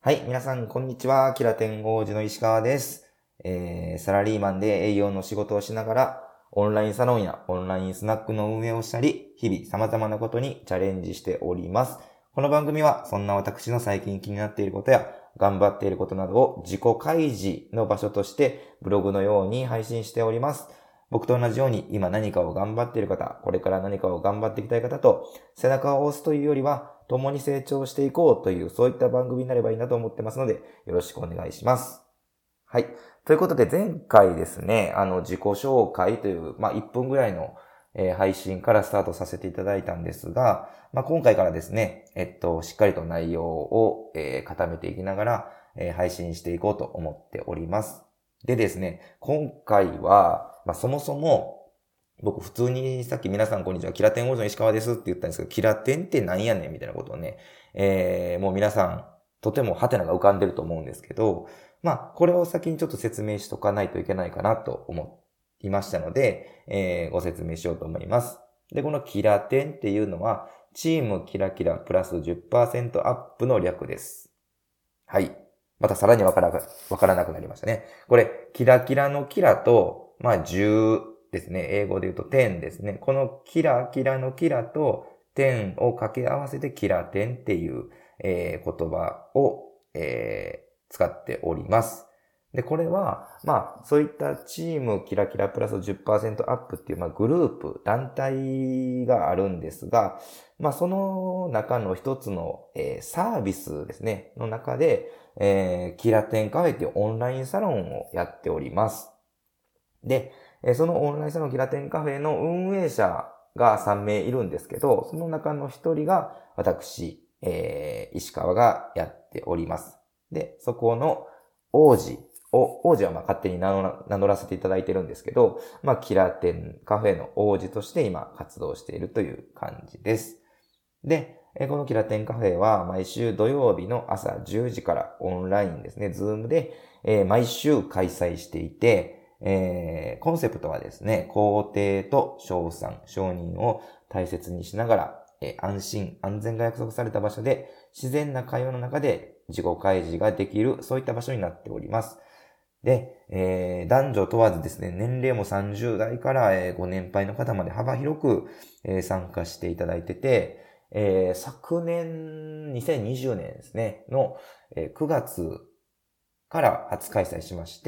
はい、皆さん、こんにちは。キラテン王子の石川です。サラリーマンで営業の仕事をしながら、オンラインサロンやオンラインスナックの運営をしたり、日々様々なことにチャレンジしております。この番組は、そんな私の最近気になっていることや、頑張っていることなどを自己開示の場所として、ブログのように配信しております。僕と同じように今何かを頑張っている方、これから何かを頑張っていきたい方と、背中を押すというよりは、共に成長していこうという、そういった番組になればいいなと思ってますので、よろしくお願いします。はい。ということで、前回ですね、自己紹介という、1分ぐらいの、配信からスタートさせていただいたんですが、今回からですね、しっかりと内容を、固めていきながら、配信していこうと思っております。でですね、今回は、そもそも、僕普通にさっき皆さんこんにちは、キラテン王子の石川ですって言ったんですけど、キラテンって何やねんみたいなことをね、もう皆さんとてもハテナが浮かんでると思うんですけど、これを先にちょっと説明しとかないといけないかなと思いましたので、ご説明しようと思います。で、このキラテンっていうのは、チームキラキラプラス 10% アップの略です。はい。またさらにわからなくなりましたね。これ、キラキラのキラと、10ですね。英語で言うと10ですね。このキラキラのキラと10を掛け合わせてキラ10っていう、言葉を、使っております。で、これは、そういったチームキラキラプラス 10% アップっていう、グループ、団体があるんですが、その中の一つの、サービスですね、の中で、キラテンカフェっていうオンラインサロンをやっております。で、そのオンラインサロンキラテンカフェの運営者が3名いるんですけど、その中の1人が私、石川がやっております。で、そこの王子は勝手に名乗らせていただいてるんですけど、キラテンカフェの王子として今活動しているという感じです。で、このキラテンカフェは毎週土曜日の朝10時からオンラインですね、ズームで、毎週開催していて、コンセプトはですね、肯定と称賛、承認を大切にしながら、安心、安全が約束された場所で自然な会話の中で自己開示ができる、そういった場所になっております。で、男女問わずですね、年齢も30代からご年配の方まで幅広く参加していただいてて、昨年、2020年ですね、の9月から初開催しまして、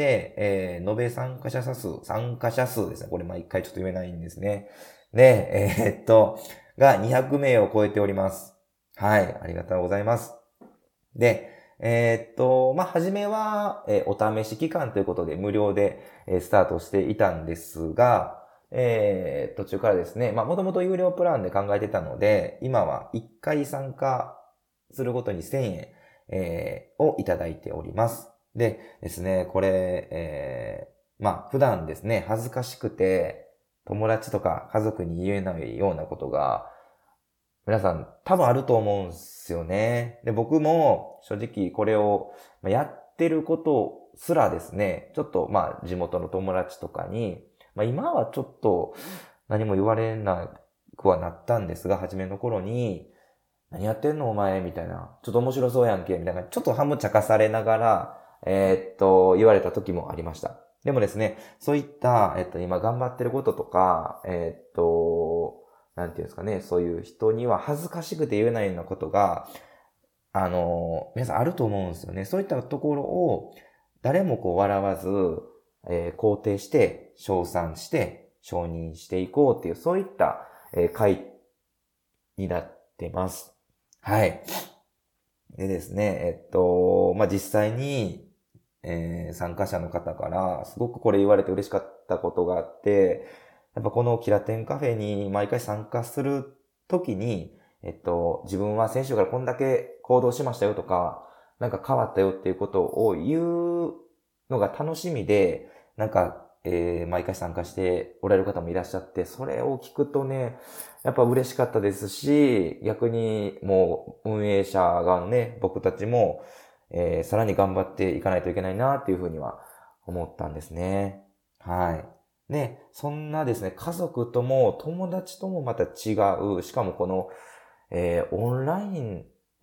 延べ参加者数ですね。これ毎回ちょっと言えないんですね。で、が200名を超えております。はい、ありがとうございます。で、初めは、お試し期間ということで無料で、スタートしていたんですが、途中からですね、もともと有料プランで考えてたので、今は1回参加するごとに1000円、をいただいております。でですね、これ、普段ですね、恥ずかしくて、友達とか家族に言えないようなことが、皆さん多分あると思うんですよね。で、僕も正直これをやってることすらですね、ちょっと地元の友達とかに、今はちょっと何も言われなくはなったんですが、初めの頃に、何やってんのお前みたいな。ちょっと面白そうやんけみたいな。ちょっと半分茶化されながら、言われた時もありました。でもですね、そういった、今頑張ってることとか、なんていうんですかね、そういう人には恥ずかしくて言えないようなことが、皆さんあると思うんですよね。そういったところを、誰も笑わず、肯定して、称賛して、承認していこうっていう、そういった、会になってます。はい。でですね、実際に、参加者の方から、すごくこれ言われて嬉しかったことがあって、やっぱこのキラテンカフェに毎回参加するときに、自分は先週からこんだけ行動しましたよとか、なんか変わったよっていうことを言うのが楽しみで、毎回参加しておられる方もいらっしゃって、それを聞くとね、やっぱ嬉しかったですし、逆にもう運営者側のね、僕たちも、さらに頑張っていかないといけないなっていうふうには思ったんですね。はい。で、そんなですね、家族とも友達ともまた違う、しかもこの、オンライン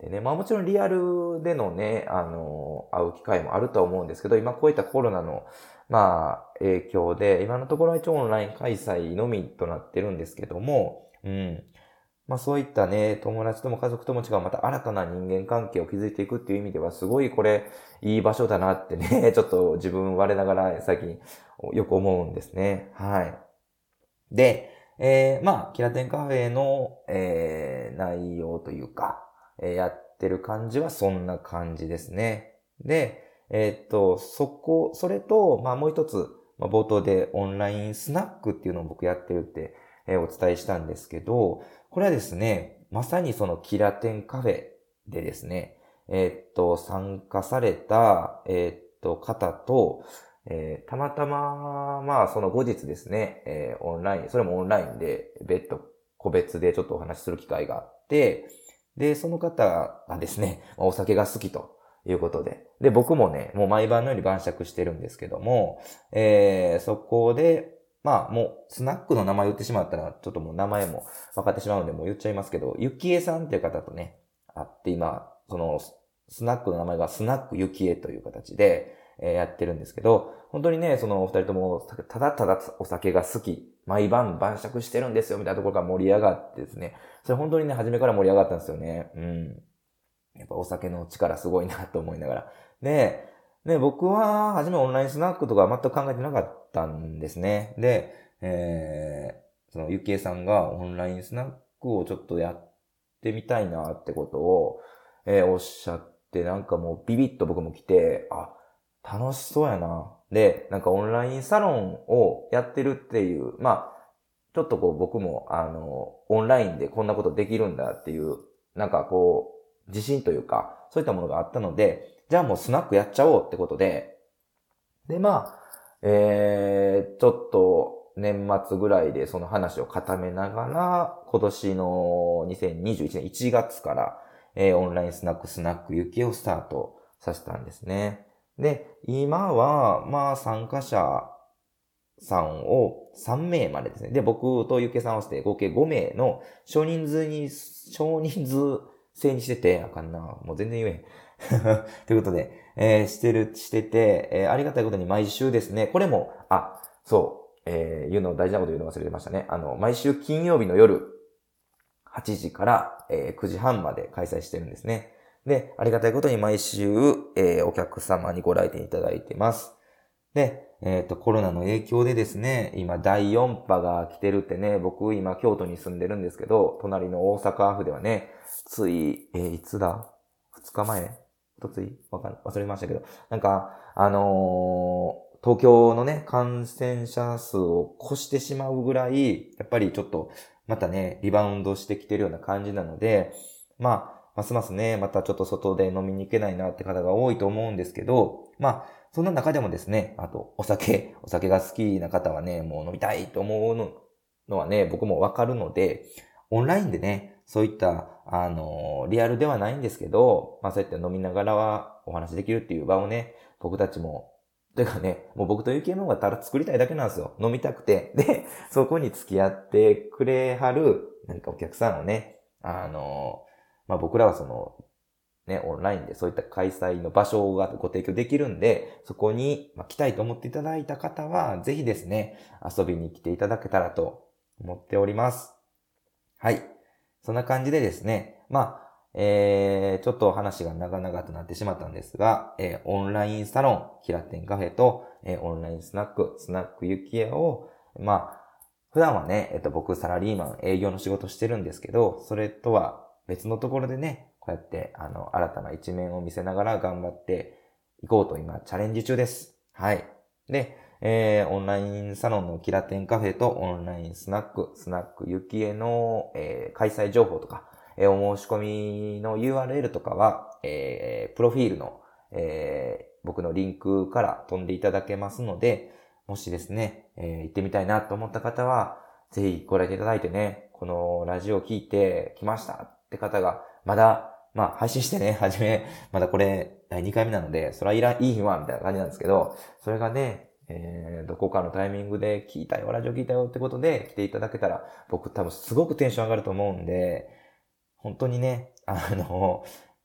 でね、まあもちろんリアルでのね、会う機会もあるとは思うんですけど、今こういったコロナの、まあ影響で、今のところは一応オンライン開催のみとなってるんですけども、まあそういったね、友達とも家族とも違う、また新たな人間関係を築いていくっていう意味では、すごいこれ、いい場所だなってね、ちょっと自分我ながら最近よく思うんですね。はい。で、まあ、キラテンカフェの、内容というか、やってる感じはそんな感じですね。で、それと、まあもう一つ、まあ、冒頭でオンラインスナックっていうのを僕やってるって、お伝えしたんですけど、これはですね、まさにそのキラテンカフェでですね、参加された、方と、たまたま、まあ、その後日ですね、オンライン、それもオンラインで、個別でちょっとお話しする機会があって、で、その方がですね、お酒が好きということで、で、僕もね、もう毎晩のように晩酌してるんですけども、そこで、まあ、もう、スナックの名前言ってしまったら、ちょっともう名前も分かってしまうので、もう言っちゃいますけど、ゆきえさんっていう方とね、会って今、その、スナックの名前がスナックゆきえという形で、やってるんですけど、本当にね、そのお二人とも、ただただお酒が好き、毎晩晩酌してるんですよ、みたいなところから盛り上がってですね、それ本当にね、初めから盛り上がったんですよね。やっぱお酒の力すごいなと思いながら。で、僕は初めオンラインスナックとか全く考えてなかったんですね。で、そのゆきえさんがオンラインスナックをちょっとやってみたいなってことを、おっしゃって、なんかもうビビッと僕も来て、楽しそうやな。で、なんかオンラインサロンをやってるっていう、まあ、ちょっとこう僕もオンラインでこんなことできるんだっていう、なんかこう、自信というか、そういったものがあったので、じゃあもうスナックやっちゃおうってことで、で、まあ、ちょっと年末ぐらいでその話を固めながら、今年の2021年1月から、オンラインスナックゆきをスタートさせたんですね。で、今は、まあ参加者さんを3名までですね。で、僕とゆけさんを合わせて合計5名の少人数制にしてて、あかんな。もう全然言えへん。ということで、してて、ありがたいことに毎週ですね、これも、そう、言うの大事なこと言うの忘れてましたね。毎週金曜日の夜、8時から、9時半まで開催してるんですね。で、ありがたいことに毎週、お客様にご来店いただいてます。で、コロナの影響でですね、今第4波が来てるってね、僕今京都に住んでるんですけど、隣の大阪府ではね、つい、いつだ ?2 日前つい忘れましたけど、なんか、東京のね、感染者数を越してしまうぐらい、やっぱりちょっと、またね、リバウンドしてきてるような感じなので、まあ、ますますね、またちょっと外で飲みに行けないなって方が多いと思うんですけど、まあ、そんな中でもですね、あと、お酒が好きな方はね、もう飲みたいと思うのはね、僕もわかるので、オンラインでね、そういった、リアルではないんですけど、まあそうやって飲みながらはお話できるっていう場をね、僕たちも、というかね、もう僕とゆきえの方がただ作りたいだけなんですよ。飲みたくて。で、そこに付き合ってくれはる、何かお客さんをね、まあ僕らはその、ね、オンラインでそういった開催の場所がご提供できるんで、そこに来たいと思っていただいた方は、ぜひですね、遊びに来ていただけたらと思っております。はい。そんな感じでですね、ちょっと話が長々となってしまったんですが、オンラインサロン、キラテンカフェと、オンラインスナックゆきえを、普段はね、僕サラリーマン営業の仕事してるんですけど、それとは別のところでね、こうやって、新たな一面を見せながら頑張っていこうと今、チャレンジ中です。はい。で、オンラインサロンのキラテンカフェとオンラインスナックゆきえの、開催情報とか、お申し込みの URL とかは、プロフィールの、僕のリンクから飛んでいただけますので、もしですね、行ってみたいなと思った方は、ぜひご来店いただいてね、このラジオを聞いて来ましたって方が、まだ、配信してね、まだこれ、第2回目なので、それはいいわ、みたいな感じなんですけど、それがね、どこかのタイミングで聞いたよ、ラジオ聞いたよってことで来ていただけたら、僕多分すごくテンション上がると思うんで、本当にね、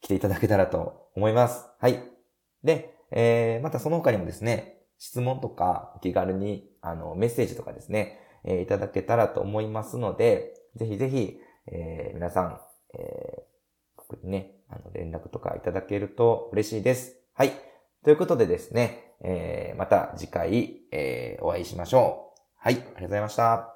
来ていただけたらと思います。はい。で、またその他にもですね、質問とかお気軽にメッセージとかですね、いただけたらと思いますので、ぜひぜひ、皆さん、僕にね、連絡とかいただけると嬉しいです。はい。ということでですね、また次回、お会いしましょう。はい。ありがとうございました。